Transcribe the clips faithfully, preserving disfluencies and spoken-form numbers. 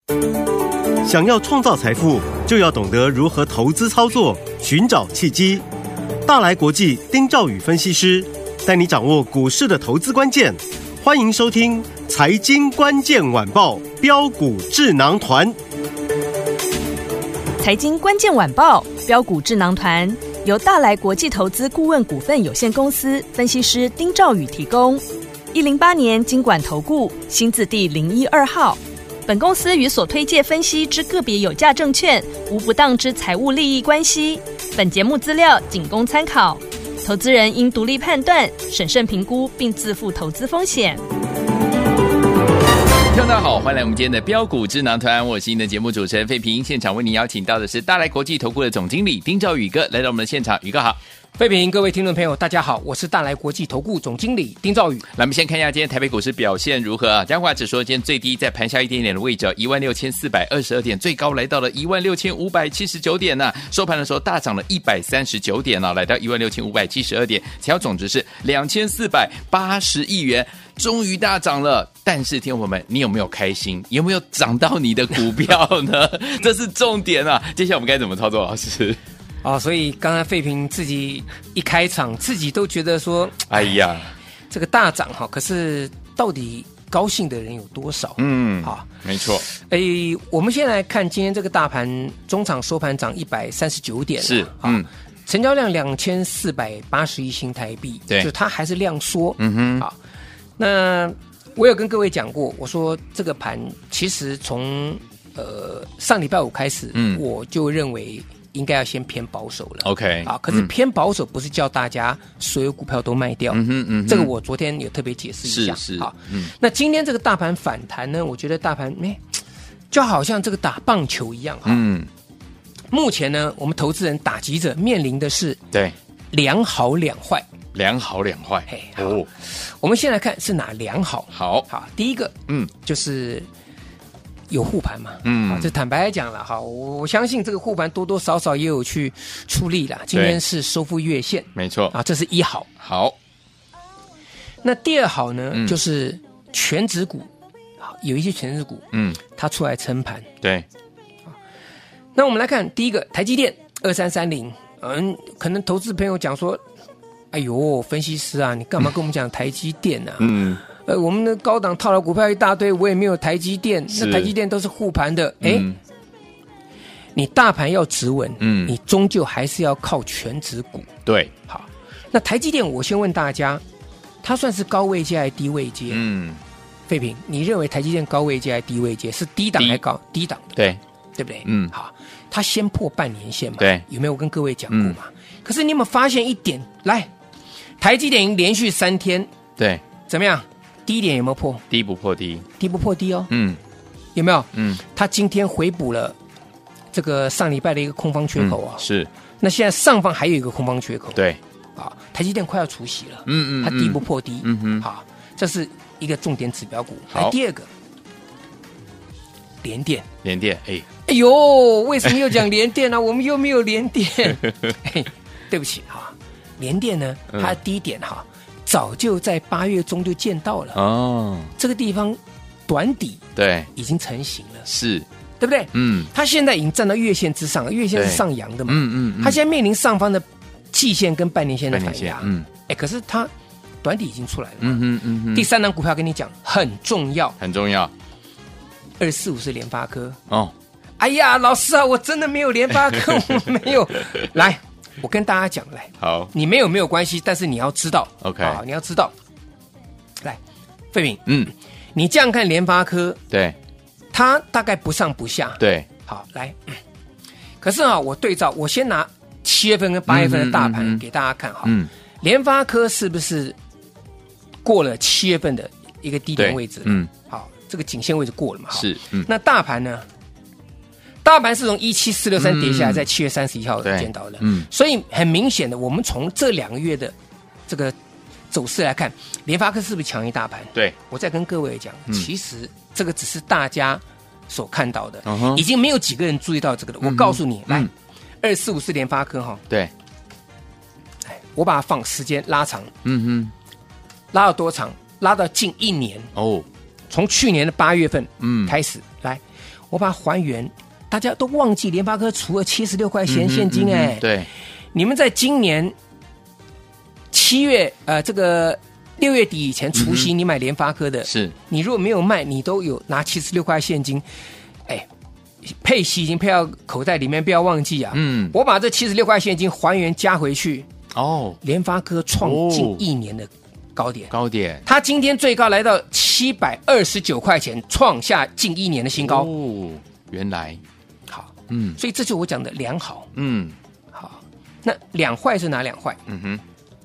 想要创造财富，就要懂得如何投资操作，寻找契机。大来国际丁兆宇分析师带你掌握股市的投资关键。欢迎收听《财经关键晚报》标股智囊团。 财经关键晚报标股智囊团由大来国际投资顾问股份有限公司分析师丁兆宇提供。一零八年金管投顾新字第零一二号。本公司与所推介分析之个别有价证券无不当之财务利益关系。本节目资料仅供参考，投资人应独立判断、审慎评估并自负投资风险。 听众大家好，欢迎来我们今天的标股智囊团，我是您的节目主持人费平。现场为您邀请到的是大来国际投顾的总经理丁兆宇哥来到我们的现场，宇哥好。 费平，各位听众朋友大家好，我是大来国际投顾总经理丁兆宇。 来，我们先看一下今天台北股市表现如何啊？加权指数今天最低在盘下一点点的位置，一万六千四百二十二点，最高来到了一万六千五百七十九点呢、啊。收盘的时候大涨了一百三十九点啊，来到一万六千五百七十二点，成交总值是两千四百八十亿元。终于大涨了，但是听众朋友们，你有没有开心？有没有涨到你的股票呢？这是重点啊！接下来我们该怎么操作，老师？ 哦，所以刚才费平自己一开场，自己都觉得说， 哎呀， 这个大涨哈，可是到底高兴的人有多少？ 嗯， 好， 没错。 哎，我们先来看今天这个大盘中场收盘涨一百三十九点， 是，嗯。 成交量两千四百八十亿新台币， 对， 就它还是量缩， 嗯哼， 好。那我有跟各位讲过，我说这个盘其实从呃上礼拜五开始，嗯，我就认为应该要先偏保守了。 OK， 啊，可是偏保守不是叫大家所有股票都卖掉， 嗯哼嗯哼， 这个我昨天有特别解释一下， 是是， 好， 嗯， 那今天这个大盘反弹呢，我觉得大盘哎，就好像这个打棒球一样，嗯，目前呢，我们投资人打击者面临的是对两好两坏。 两好两坏， 哦，我们先来看是哪两好？ 好， 好，第一个，嗯，就是有护盘嘛，嗯，啊，这坦白来讲了，哈，我我相信这个护盘多多少少也有去出力啦。今天是收复月线， 没错， 啊，这是一好。 好， 那第二好呢， 嗯、 就是全指股，有一些全指股，嗯，它出来撑盘， 对。 那我们来看第一个，台积电二三三零，嗯，可能投资朋友讲说。哎呦，分析师啊，你干嘛跟我们讲台积电啊？嗯，呃，我们的高档套牢股票一大堆，我也没有台积电，那台积电都是护盘的。哎、嗯，你大盘要止稳，嗯，你终究还是要靠全指股。 对， 好，那台积电，我先问大家，它算是高位阶还是低位阶？嗯，废品，你认为台积电高位阶还是低位阶？是低档还是高低档的？ 对， 对不对？ 嗯， 好，它先破半年线嘛？ 对， 有没有我跟各位讲过嘛？嗯、可是你有没有发现一点？来。台积电已经连续三天， 对， 怎么样？低点有没有破？ 低不破低， 低不破低哦。 嗯， 有没有？ 嗯， 它今天回补了这个上礼拜的一个空方缺口啊。 嗯、是。 那现在上方还有一个空方缺口。 对。 啊，台积电快要除息了。 嗯 嗯, 嗯。 它低不破低。 嗯哼。 好，这是一个重点指标股。 好。 第二个，联电。 联电，哎。 哎呦，为什么又讲联电呢、啊？我们又没有联电。哎，对不起哈。联电呢，它的低点哈、嗯，早就在八月中就见到了哦。这个地方短底对已经成型了， 是对不对？ 嗯， 它现在已经站到月线之上了，月线是上扬的嘛， 嗯 嗯, 嗯， 它现在面临上方的季线跟半年线的反压， 嗯， 哎，可是它短底已经出来了， 嗯哼嗯哼。 第三档股票跟你讲很重要， 很重要， 二四五是联发科哦。 哎呀，老师啊，我真的没有联发科，我没有来。我跟大家讲，来， 好， 你没有没有关系，但是你要知道 ，OK， 啊，你要知道，来，废品， 嗯， 你这样看联发科， 对， 它大概不上不下， 对， 好，来，可是啊，我对照，我先拿七月份跟八月份的大盘给大家看，哈，嗯，联发科是不是过了七月份的一个低点位置？嗯，好，这个颈线位置过了嘛？ 是， 嗯，那大盘呢？大盘是从一七四六三跌下来，在七月三十一号见到的，嗯，所以很明显的，我们从这两个月的这个走势来看，联发科是不是强于大盘？ 对， 我再跟各位讲，嗯、其实这个只是大家所看到的， 嗯、 已经没有几个人注意到这个了。嗯、我告诉你，嗯、来，二四五四联发科哈， 对， 我把它放时间拉长， 嗯哼， 拉到多长？拉到近一年哦， 从去年的八月份嗯开始、嗯、来。 我把它还原，大家都忘记联发科除了七十六块钱现金哎、嗯嗯， 对， 你们在今年七月呃这个六月底以前除息，你买联发科的， 是你如果没有卖，你都有拿七十六块现金，哎，配息已经配到口袋里面，不要忘记啊。嗯，我把这七十六块现金还原加回去，哦，联发科创近一年的高点， 高点， 它今天最高来到七百二十九块钱，创下近一年的新高。 哦，原来好，嗯，所以这就是我讲的良好。 嗯， 好，那两坏是哪两坏？ 嗯哼，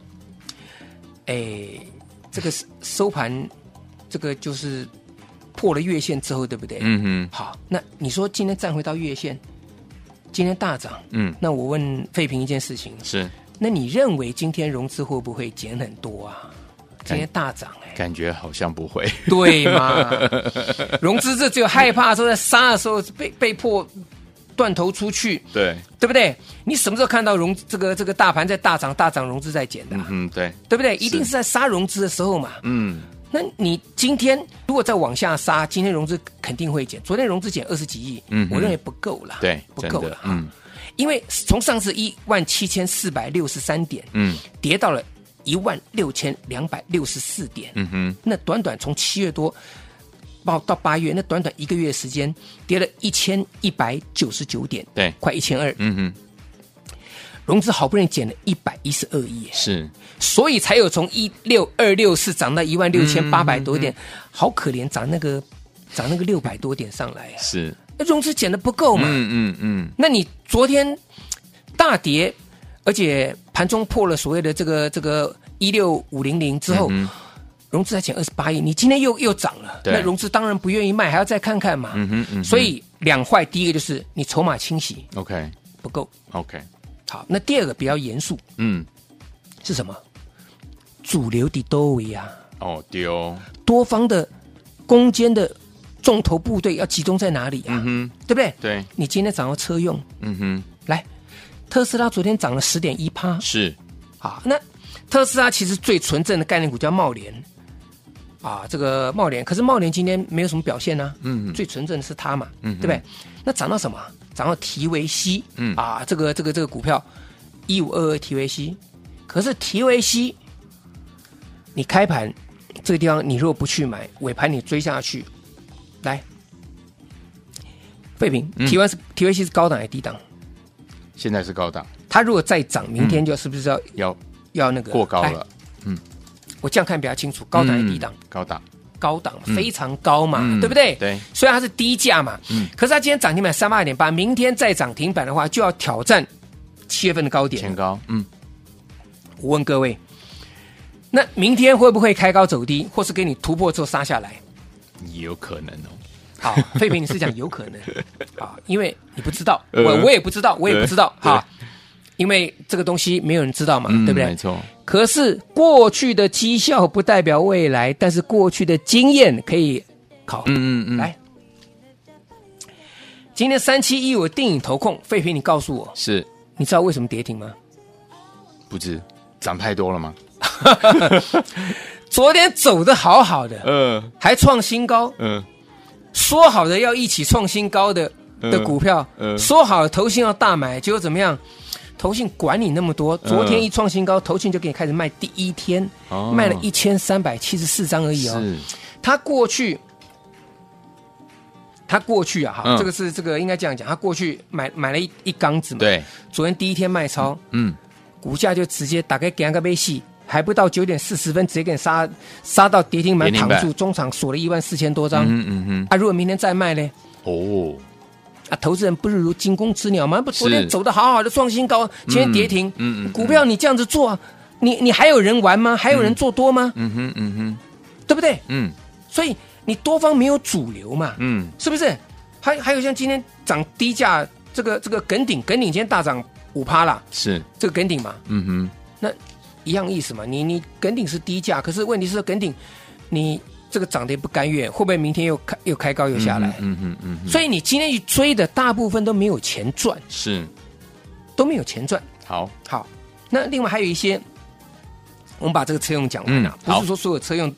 哎。这个收盘，这个就是破了月线之后，对不对？ 嗯哼。 好，那你说今天站回到月线，今天大涨，嗯，那我问废平一件事情， 是， 那你认为今天融资会不会减很多啊？今天大涨哎、欸， 感觉好像不会， 对嘛？融资这只有害怕的时候，在杀的时候被被迫断头出去， 对， 对不对？你什么时候看到融这个这个大盘在大涨大涨，融资在减的、啊？ 嗯，对， 对不对？一定是在杀融资的时候嘛。嗯，那你今天如果再往下杀，今天融资肯定会减。昨天融资减二十几亿，嗯，我认为不够了， 对， 不够了， 嗯， 因为从上次一万七千四百六十三点，嗯，跌到了一万六千两百六十四点，嗯哼，那短短从七月多。到到八月，那短短一个月时间，跌了一千一百九十九点， 对， 快一千二。嗯哼，融资好不容易减了一百一十二亿， 是， 所以才有从一六二六四涨到一万六千八百多点，嗯、好可怜，涨那个涨那个六百多点上来、啊， 是， 那融资减的不够嘛？ 嗯嗯嗯， 那你昨天大跌，而且盘中破了所谓的这个这个一六五零零之后。嗯融资才减二十八亿，你今天又又涨了，那融资当然不愿意卖，还要再看看嘛。嗯哼嗯哼，所以两坏，第一个就是你筹码清洗 ，OK 不够 ，OK 好，那第二个比较严肃，嗯，是什么？主流的多维啊， 哦丢， 多方的攻坚的重头部队要集中在哪里啊？嗯哼，对不对？ 对， 你今天涨到车用， 嗯哼， 来，特斯拉昨天涨了十点一趴， 是， 好，那特斯拉其实最纯正的概念股叫茂联。啊，这个茂联，可是茂联今天没有什么表现呢、啊。嗯，最纯正的是它嘛，嗯，对不对？那涨到什么？涨到提维西，嗯啊，这个这个这个股票一五二二提维西，可是提维西，你开盘这个地方，你如果不去买，尾盘你追下去，来，废品，提完是提维西是高档还是低档？ 现在是高档， 它如果再涨，明天就是不是要、 嗯、要要那个过高了？嗯。 我这样看比较清楚，高档还是低档？ 嗯、高档， 高档非常高嘛， 嗯、 对不对？ 对。 虽然它是低价嘛，嗯，可是它今天涨停板三八点八，明天再涨停板的话，就要挑战七月份的高点， 前高。嗯， 我问各位，那明天会不会开高走低，或是给你突破之后杀下来？ 有可能哦。 好，废品你是讲有可能啊，因为你不知道，我我也不知道，我也不知道，哈。因为这个东西没有人知道嘛， 嗯、 对不对？ 没错。 可是过去的绩效不代表未来，但是过去的经验可以考。 嗯嗯嗯。 来，今天三七一五定影投控，废品，你告诉我， 是， 你知道为什么跌停吗？ 不知，涨太多了吗？ 昨天走得好好的， 嗯、呃， 还创新高，嗯、呃，说好的要一起创新高的。的股票，呃、说好了投信要大买，结果怎么样？投信管你那么多，昨天一创新高，投信就给你开始卖，第一天、哦、卖了一千三百七十四张而已哦。他过去，他过去啊，哈、嗯，这个是这个应该这样讲，他过去买买了一一缸子嘛， 对， 昨天第一天卖超， 嗯， 股价就直接打开给他个杯戏，还不到九点四十分，直接给你杀杀到跌停板躺住，中场锁了一万四千多张， 嗯嗯嗯， 啊，如果明天再卖呢？ 哦。 啊，投资人不是如惊弓之鸟吗？不，昨天走得好好的创新高，今天跌停， 嗯嗯， 股票你这样子做，你你还有人玩吗？还有人做多吗？ 嗯哼嗯哼， 对不对？ 嗯， 所以你多方没有主流嘛， 嗯， 是不是？还还有像今天涨低价这个这个耿鼎，耿鼎今天大涨五趴啦， 是这个耿鼎嘛， 嗯哼， 那一样意思嘛。你你耿鼎是低价，可是问题是耿鼎你。这个涨得也不甘愿，会不会明天又开又开高又下来？ 嗯嗯嗯， 所以你今天去追的大部分都没有钱赚， 是都没有钱赚。 好， 好，那另外还有一些，我们把这个车用讲完了， 嗯、 不是说所有车用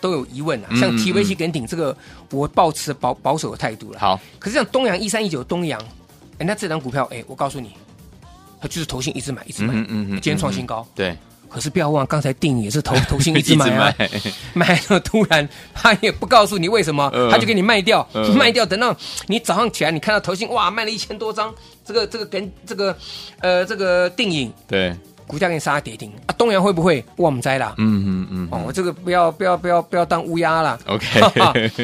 都有疑问啊。像 T V C 跟鼎这个，我抱持保保守的态度了。 好， 可是像东阳一三一九东阳，哎，那这张股票，哎，我告诉你，它就是投信一直买，一直买，嗯嗯嗯，今天创新高， 对。 可是不要忘，刚才定也是投投信一直买啊，买了突然他也不告诉你为什么，呃、他就给你卖掉，呃、卖掉。等到你早上起来，你看到投信哇卖了一千多张，这个这个跟这个呃这个定影， 对， 股价给你杀跌停啊。东阳会不会？我们栽啦，嗯嗯嗯，哦，我这个不要不要不要不要当乌鸦啦 ，OK 。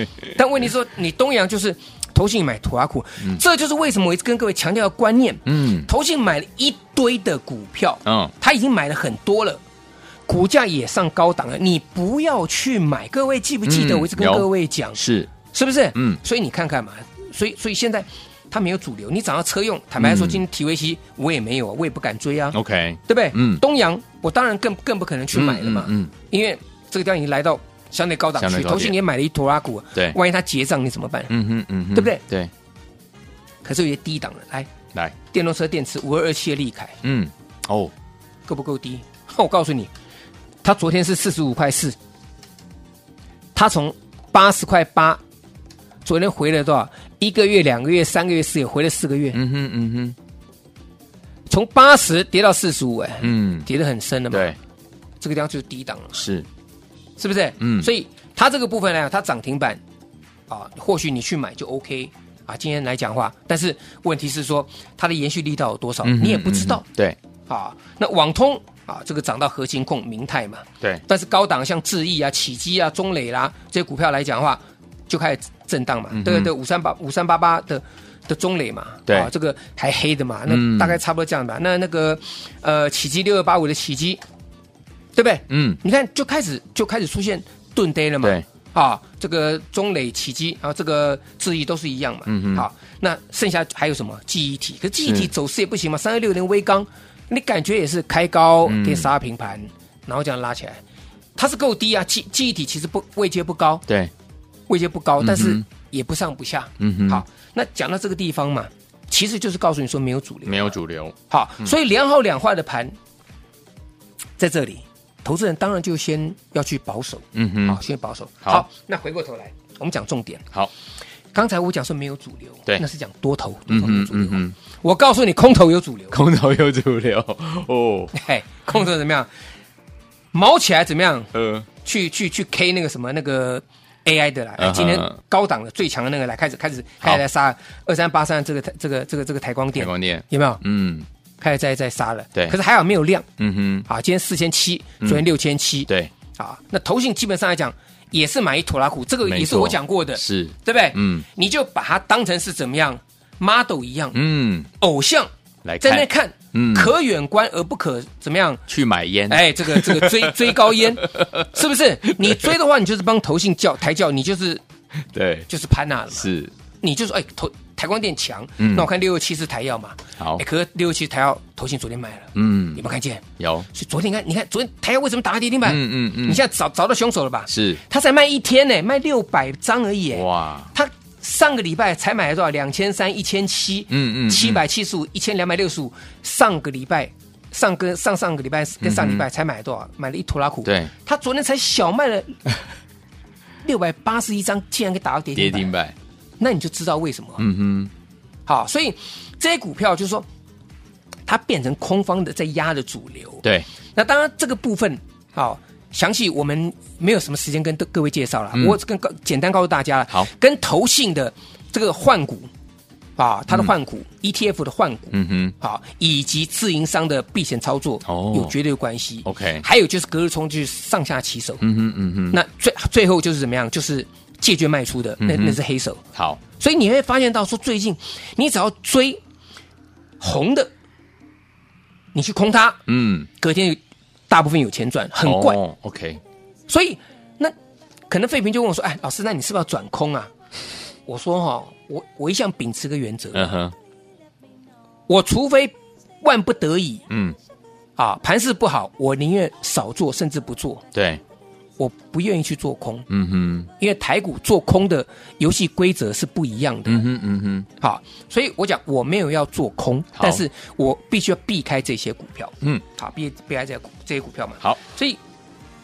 但问题说你东阳就是投信买土阿库，嗯、这就是为什么我一直跟各位强调的观念，嗯，投信买了一堆的股票，嗯，他已经买了很多了。股价也上高档了，你不要去买。各位记不记得我一直跟各位讲， 是是不是？嗯，所以你看看嘛，所以所以现在它没有主流，你涨到车用，坦白说，今天体威西我也没有，我也不敢追啊。 OK， 对不对？嗯，东阳我当然更更不可能去买了嘛，嗯，因为这个地方已经来到相对高档区，投信也买了一坨拉股， 对， 万一它结账你怎么办？ 嗯哼嗯哼， 对不对？ 对。 可是有些低档的，来来， 电动车电池五二二七的立凯， 嗯，哦， 够不够低？我告诉你。他昨天是四十五块四，他从八十块八，昨天回了多少？一个月、两个月、三个月、四个月，回了四个月。嗯哼嗯哼，从八十跌到四十五，哎，嗯，跌得很深了嘛。 对， 这个地方就是低档了， 是， 是不是？嗯，所以它这个部分来讲，它涨停板啊，或许你去买就 OK 啊。今天来讲话，但是问题是说它的延续力道有多少，嗯、你也不知道。 嗯、对， 啊，那网通。啊，这个涨到核心控明泰嘛， 对， 但是高档像智毅啊、启基啊、中磊啦这些股票来讲的话，就开始震荡嘛。对对，五三八五三八八的的中磊嘛， 对， 啊，这个还黑的嘛，那大概差不多这样吧。嗯、那那个呃，启基六二八五的启基，对不对？嗯，你看就开始就开始出现钝跌了嘛。 对， 啊，这个中磊、启基，然后这个智毅都是一样嘛。嗯嗯，好，那剩下还有什么记忆体？可是记忆体走势也不行嘛，三二六零微刚。你感觉也是开高给杀平盘，嗯、然后这样拉起来，它是够低啊。记记忆体其实不位阶不高， 对， 位阶不高，嗯、但是也不上不下。嗯哼，好，那讲到这个地方嘛，其实就是告诉你说没有主流， 没有主流。 好，嗯、所以两好两坏的盘在这里，投资人当然就先要去保守。嗯哼，好，先保守。好，好那回过头来，我们讲重点。 好。 刚才我讲说没有主流， 对， 那是讲多头，多头有主流。嗯嗯、我告诉你，空头有主流， 空头有主流哦。 嘿，空头怎么样？毛起来怎么样？呃，去去去 K 那个什么那个 A I 的来，呃、今天高档的最强的那个来开始开始开始在杀二三八三这个这个这个这个台光电， 台光电有没有？嗯，开始在在杀了。 对， 可是还好没有量。 嗯哼， 好，今天四千七，昨天六千七。 对， 好，那投信基本上来讲。也是买一拖拉库，这个也是我讲过的， 是对不对？嗯，你就把它当成是怎么样 model 一样，嗯，偶像来在那看，嗯，可远观而不可怎么样去买烟， 哎，这个这个追追高烟，是不是？你追的话，你就是帮投信叫抬轿，你就是对， 就是潘娜了嘛， 是， 你就说哎投。台光电强，嗯、那我看六二七是台药嘛， 好， 欸、可是六二七台药投信昨天买了，嗯，有没有看见？ 有， 所以昨天你看，你看昨天台药为什么打跌停板？嗯嗯嗯，你现在找找到凶手了吧？ 是， 他才卖一天呢，卖六百张而已， 哇， 他上个礼拜才买了多少？两千三、一千七，嗯嗯，七百七十五、一千两百六十五，上个礼拜。上跟上上个礼拜跟上礼拜才买了多少？嗯、买了一拖拉库。 对， 他昨天才小卖了六百八十一张，竟然给打到跌停板。 跌停板， 那你就知道为什么。 嗯哼。 好，所以这些股票就是说，它变成空方的在压的主流。 对， 那当然这个部分，好，详细我们没有什么时间跟各位介绍了。嗯、我跟简单告诉大家了。 好， 跟投信的这个换股啊，它的换股、嗯、E T F 的换股，嗯哼，好，以及自营商的避险操作，哦，有绝对关系。 OK， 还有就是隔日冲，就是上下起手。 嗯哼嗯哼， 那最最后就是怎么样？就是借券卖出的，那、嗯、那是黑手。 好。 所以你会发现到说，最近你只要追红的，你去空它，嗯，隔天大部分有钱赚，很怪。 哦、OK， 所以那可能废平就问我说：“哎，老师，那你是不是要转空啊？”我说：“哈，我我一向秉持个原则，嗯哼，我除非万不得已，嗯，啊，盘势不好，我宁愿少做，甚至不做。 对。” 我不愿意去做空，嗯哼，因为台股做空的游戏规则是不一样的，嗯哼嗯哼，好，所以我讲我没有要做空，但是我必须要避开这些股票，嗯，好，避避开这些这些股票嘛， 好， 所以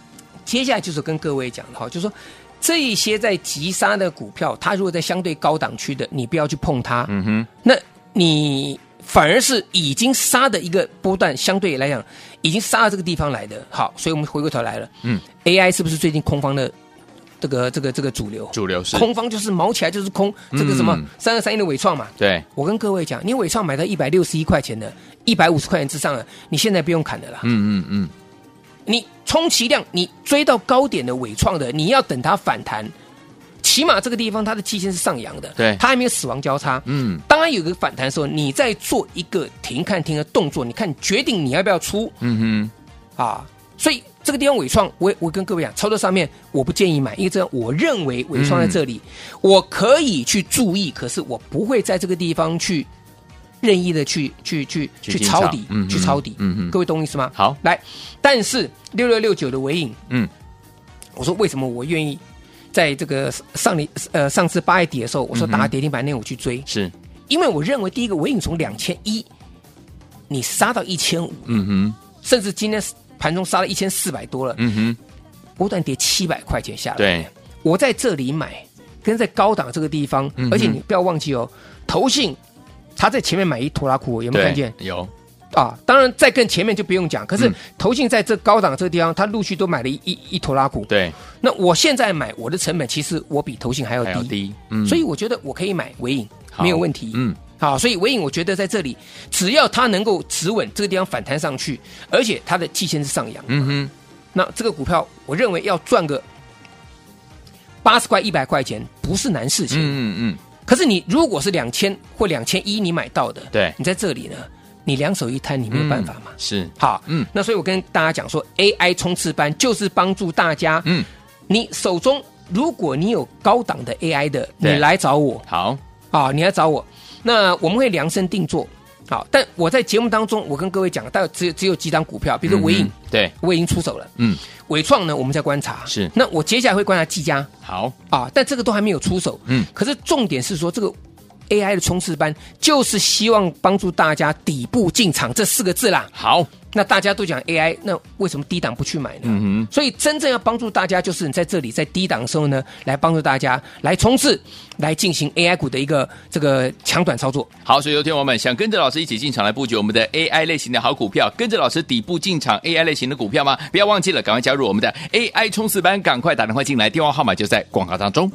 接下来就是跟各位讲的哈，就是说这一些在急杀的股票，它如果在相对高档区的，你不要去碰它。嗯哼，那你反而是已经杀的一个波段，相对来讲已经杀到这个地方来的。好，所以我们回过头来了。嗯 ，A I 是不是最近空方的这个这个这个主流？主流是空方，就是毛起来就是空。嗯、这个什么三二三一的伟创嘛？对，我跟各位讲，你伟创买到一百六十一块钱的，一百五十块钱之上了，你现在不用砍的啦。嗯嗯嗯。你充其量你追到高点的伟创的，你要等它反弹，起码这个地方它的季线是上扬的，对，它还没有死亡交叉。嗯，当然有个反弹的时候，你再做一个停看停的动作，你看决定你要不要出。嗯哼，啊，所以这个地方伟创，我我跟各位讲，操作上面我不建议买，因为这样我认为伟创在这里、嗯，我可以去注意，可是我不会在这个地方去。任意的去去去去抄底、嗯，去抄底、嗯，各位懂意思吗？好，来，但是六六六九的微影，嗯，我说为什么我愿意在这个上年呃上次八月底的时候，我说打跌停板那我去追，是因为我认为第一个微影从两千一，你杀到一千五，嗯哼，甚至今天盘中杀了一千四百多了，嗯哼，波段跌七百块钱下来，对，我在这里买，跟在高档这个地方，嗯、而且你不要忘记哦，投信。他在前面买一拖拉库，有没有看见？有啊，当然在更前面就不用讲。可是投信在这高档这个地方，他陆续都买了一一一拖拉库。对，那我现在买我的成本，其实我比投信还要低，还要低嗯、所以我觉得我可以买微影，没有问题。嗯，好，所以微影我觉得在这里，只要它能够止稳这个地方反弹上去，而且它的季线是上扬，嗯哼，那这个股票我认为要赚个八十块、一百块钱不是难事情。嗯嗯。可是你如果是两千或两千一，你买到的，对，你在这里呢，你两手一摊，你没有办法嘛？嗯、是，好，嗯，那所以我跟大家讲说 ，A I 冲刺班就是帮助大家，嗯，你手中如果你有高档的 A I 的，你来找我，好，啊，你来找我，那我们会量身定做。好，但我在节目当中，我跟各位讲，大概只有只有几档股票，比如说微影、嗯，对，我已经出手了，嗯，伟创呢，我们在观察，是，那我接下来会观察技嘉，好啊，但这个都还没有出手，嗯，可是重点是说这个 A I 的冲刺班，就是希望帮助大家底部进场这四个字啦，好。那大家都讲 A I， 那为什么低档不去买呢？嗯哼，所以真正要帮助大家，就是你在这里在低档的时候呢，来帮助大家来冲刺，来进行 A I 股的一个这个强短操作。 好，所以有听我们想跟着老师一起进场来布局我们的 A I 类型的好股票，跟着老师底部进场 A I 类型的股票吗？不要忘记了，赶快加入我们的 A I 冲刺班，赶快打电话进来，电话号码就在广告当中。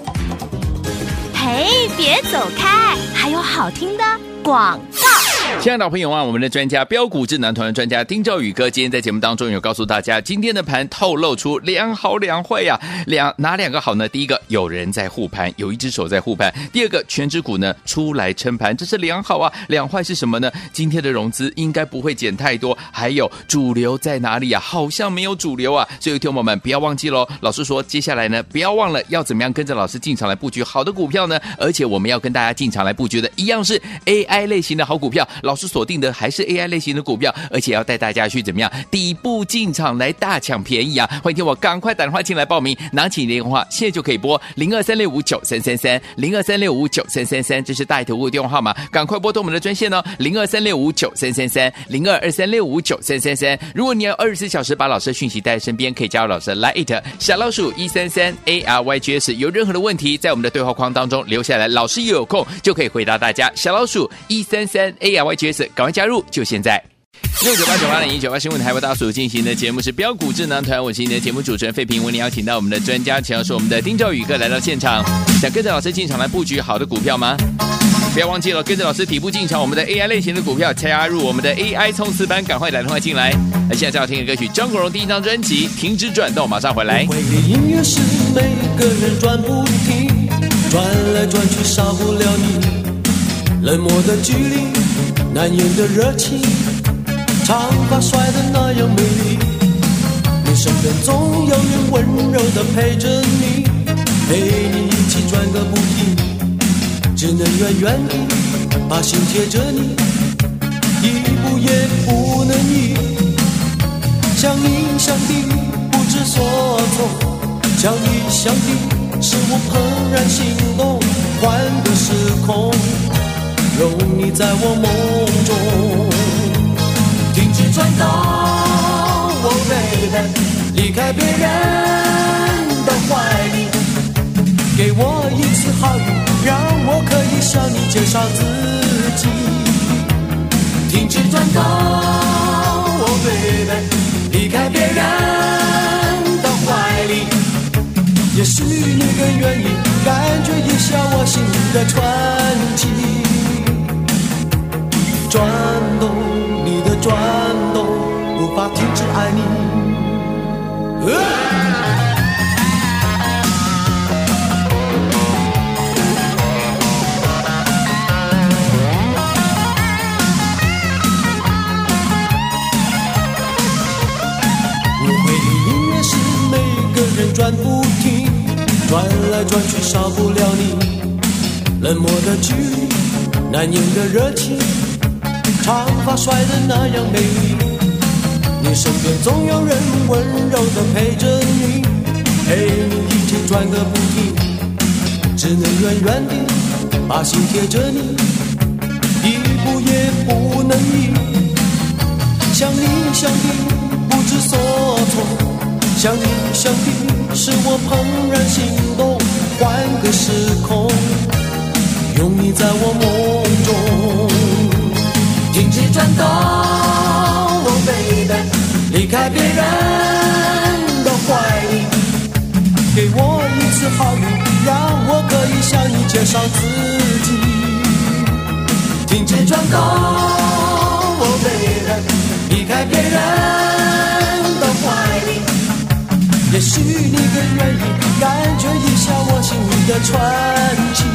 嘿，别走开，还有好听的广告。 亲爱的朋友啊，我们的专家标股智囊团的专家丁兆宇哥今天在节目当中有告诉大家，今天的盘透露出两好两坏啊，两哪两个好呢？第一个，有人在护盘，有一只手在护盘；第二个，全指股呢出来撑盘，这是两好啊。两坏是什么呢？今天的融资应该不会减太多，还有主流在哪里啊？好像没有主流啊。所以听友们不要忘记喽，老师说接下来呢，不要忘了要怎么样跟着老师进场来布局好的股票呢？而且我们要跟大家进场来布局的一样是 A I 类型的好股票。老师锁定的还是 A I 类型的股票，而且要带大家去怎么样底部进场来大抢便宜啊！欢迎听我赶快打电话进来报名，拿起你的电话现在就可以拨零二三六五九三三三零二三六五九三三三，这是大头屋的电话号码，赶快拨通我们的专线哦，零二三六五九三三三零二二三六五九三三三。如果你要二十四小时把老师的讯息带在身边，可以加入老师的 Line 小老鼠一三三 A R Y G S， 有任何的问题在我们的对话框当中留下来，老师也有空就可以回答大家。小老鼠一三三 A R Y G S。赶快加入，就现在！六九八九八零一九八新闻台为大所进行的节目是标股智囊团，我是你的节目主持人费平，为你邀请到我们的专家，请要说我们的丁兆宇哥来到现场，想跟着老师进场来布局好的股票吗？不要忘记了，跟着老师底部进场我们的 A I 类型的股票，加入我们的 A I 冲刺班，赶快打电话进来。那现在最好听的歌曲，张国荣第一张专辑《停止转动》，马上回来。 音乐是每个人转不停，转来转去少不了你，冷漠的距离。难言的热情，长发甩得那样美丽，你身边总有人温柔地陪着你，陪你一起转个不停，只能远远地把心贴着你，一步也不能移，想你想的不知所措，想你想的使我怦然心动，换个时空容你在我梦中停止转动，oh baby， 离开别人的怀里，给我一次好运，让我可以向你介绍自己。停止转动，oh baby， 离开别人的怀里，也许你更愿意感觉一下我心里的传奇。转动你的转动，无法停止爱你。呃转不停，转来转去少不了你，冷漠的距离，难言的热情，长发甩得那样美丽。你身边总有人温柔地陪着你，陪你一起转个不停，只能远远地把心贴着你，一步也不能移。想你想你不知所措，想你想你使我怦然心动，换个时空，拥你在我梦中。停止转动，oh baby， 离开别人的怀里，给我一次好运，让我可以向你介绍自己。停止转动，oh baby， 离开别人的怀里，也许你更愿意感觉一下我心里的传奇。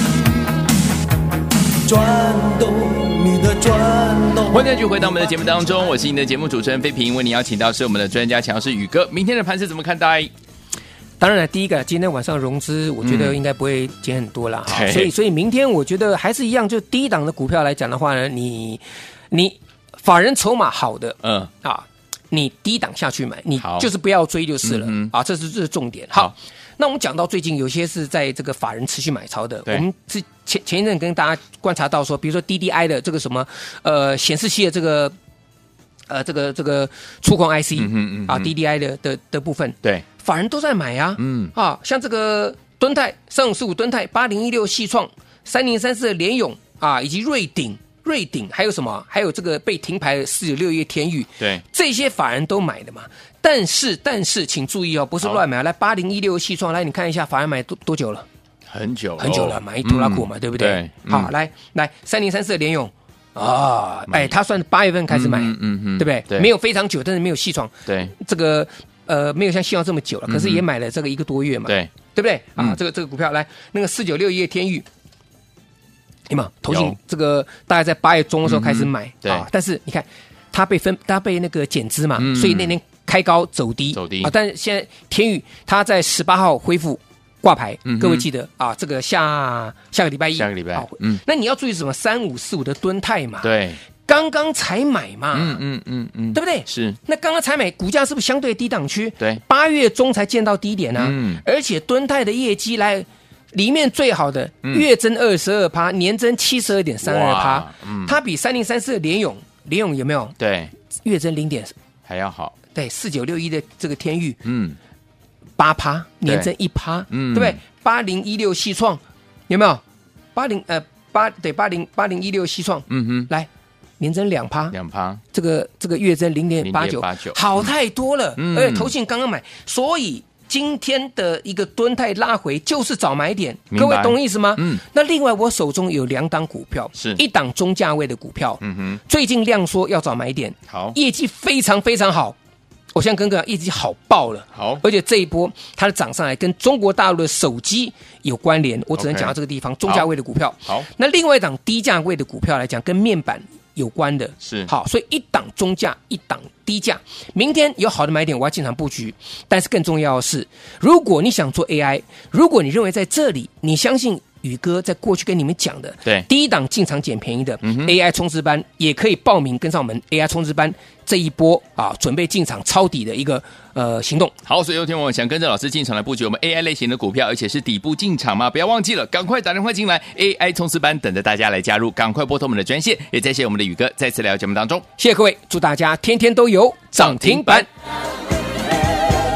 转动你的转动。 欢迎继续回到我们的节目当中，我是你的节目主持人飞平，为你邀请到是我们的专家强势宇哥。明天的盘势怎么看待？ 当然了，第一个今天晚上融资，我觉得应该不会减很多啦、嗯、所以所以明天我觉得还是一样，就低档的股票来讲的话呢，你你法人筹码好的，嗯啊。你低档下去买，你就是不要追就是了、嗯、啊，这是这是重点。好，那我们讲到最近有些是在这个法人持续买超的，我们是前前一阵跟大家观察到说，比如说 D D I 的这个什么呃显示器的这个呃这个这个触控 I C、嗯嗯嗯、啊 D D I 的的的部分，对，法人都在买啊，嗯啊，像这个敦泰三五四五敦泰八零一六细创三零三四的联咏啊，以及瑞鼎。瑞鼎还有什么？还有这个被停牌的四九六一天钰，对，这些法人都买的嘛。但是，但是，请注意哦，不是乱买。来，八零一六细创，来，你看一下，法人买多多久了？很久，很久了，买一拖拉库嘛，嗯、对不对？对嗯、好，来来，三零三四的联咏啊，哎，他算八月份开始买，嗯嗯嗯，对不对？对，没有非常久，但是没有细创，对，这个呃，没有像细创这么久了，可是也买了这个一个多月嘛，对，对不对？啊，嗯、这个这个股票，来，那个四九六一的天钰。嘛，投信这个大概在八月中的时候开始买、嗯、啊，但是你看它被分，它被那个减资嘛、嗯，所以那天开高走低，走低啊。但是现在天钰它在十八号恢复挂牌、嗯，各位记得啊，这个下下个礼拜一，下个礼拜，嗯，那你要注意什么？三五四五的敦泰嘛，对，刚刚才买嘛，嗯嗯嗯嗯，对不对？是，那刚刚才买，股价是不是相对低档区？对，八月中才见到低点啊，嗯，而且敦泰的业绩来。里面最好的月增二十二趴，年增七十二点三二趴，它比三零三四的联咏，联咏有没有？对，月增零点还要好。对，四九六一的这个天钰，嗯，八趴，年增一趴，嗯，对不对？八零一六细创有没有？八零呃八对八零八零一六细创，嗯哼，来年增两趴，两趴，这个这个月增零点八九，好太多了。嗯，而且投信刚刚买，所以。今天的一个敦泰拉回就是找买点，各位懂意思吗？嗯。那另外我手中有两档股票，是一档中价位的股票，嗯哼，最近量缩要找买点，好，业绩非常非常好。我现在跟各位讲，业绩好爆了，好，而且这一波它的涨上来跟中国大陆的手机有关联，我只能讲到这个地方， okay, 中价位的股票。好，那另外一档低价位的股票来讲，跟面板有关的是好，所以一档中价，一档低价。明天有好的买点，我要进场布局。但是更重要的是，如果你想做 A I， 如果你认为在这里，你相信宇哥在过去跟你们讲的，对，第一档进场捡便宜的、嗯、A I 冲刺班，也可以报名跟上我们 A I 冲刺班这一波啊，准备进场抄底的一个呃行动。好，所以有天我们想跟着老师进场来布局我们 A I 类型的股票，而且是底部进场吗？不要忘记了，赶快打电话进来 ，A I 冲刺班等着大家来加入，赶快拨通我们的专线。也再谢我们的宇哥再次来到节目当中，谢谢各位，祝大家天天都有涨停板。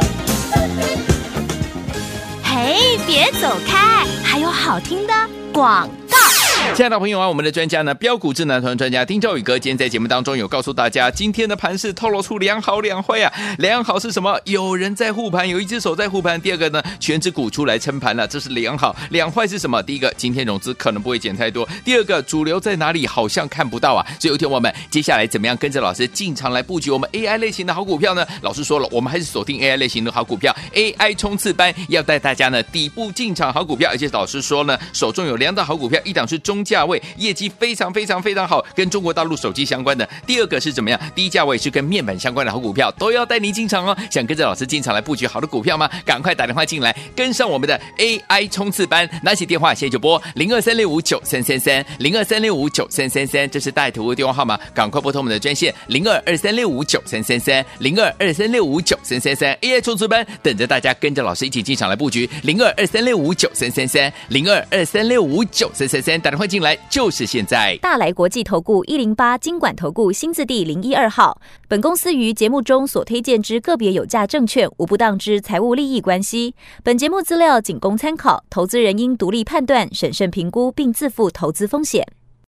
哎，别走开，还有好听的广告。 亲爱的朋友啊，我们的专家呢，标股智囊团专家丁兆宇哥，今天在节目当中有告诉大家，今天的盘势透露出两好两坏啊。两好是什么？有人在护盘，有一只手在护盘。第二个呢，全指股出来撑盘了，这是两好。两坏是什么？第一个，今天融资可能不会减太多；第二个，主流在哪里好像看不到啊。所以有天我们接下来怎么样跟着老师进场来布局我们 A I 类型的好股票呢？老师说了，我们还是锁定 A I 类型的好股票 ，A I 冲刺班要带大家呢底部进场好股票，而且老师说呢，手中有两档好股票，一档是中价位，业绩非常非常非常好，跟中国大陆手机相关的；第二个是怎么样？低价位是跟面板相关的好股票，都要带你进场哦。想跟着老师进场来布局好的股票吗？赶快打电话进来，跟上我们的 A I 冲刺班，拿起电话现在就拨零二三六五九三三三零二三六五九三三三，这是大图的电话号码，赶快拨通我们的专线零二二三六五九三三三零二二三六五九三三三 A I 冲刺班，等着大家跟着老师一起进场来布局零二二三六五九三三三零二二三六五九三三三，打电话进来就是现在。 大来国际投顾一零八金管投顾新字第零一二号，本公司于节目中所推荐之个别有价证券无不当之财务利益关系，本节目资料仅供参考，投资人应独立判断、审慎评估并自负投资风险。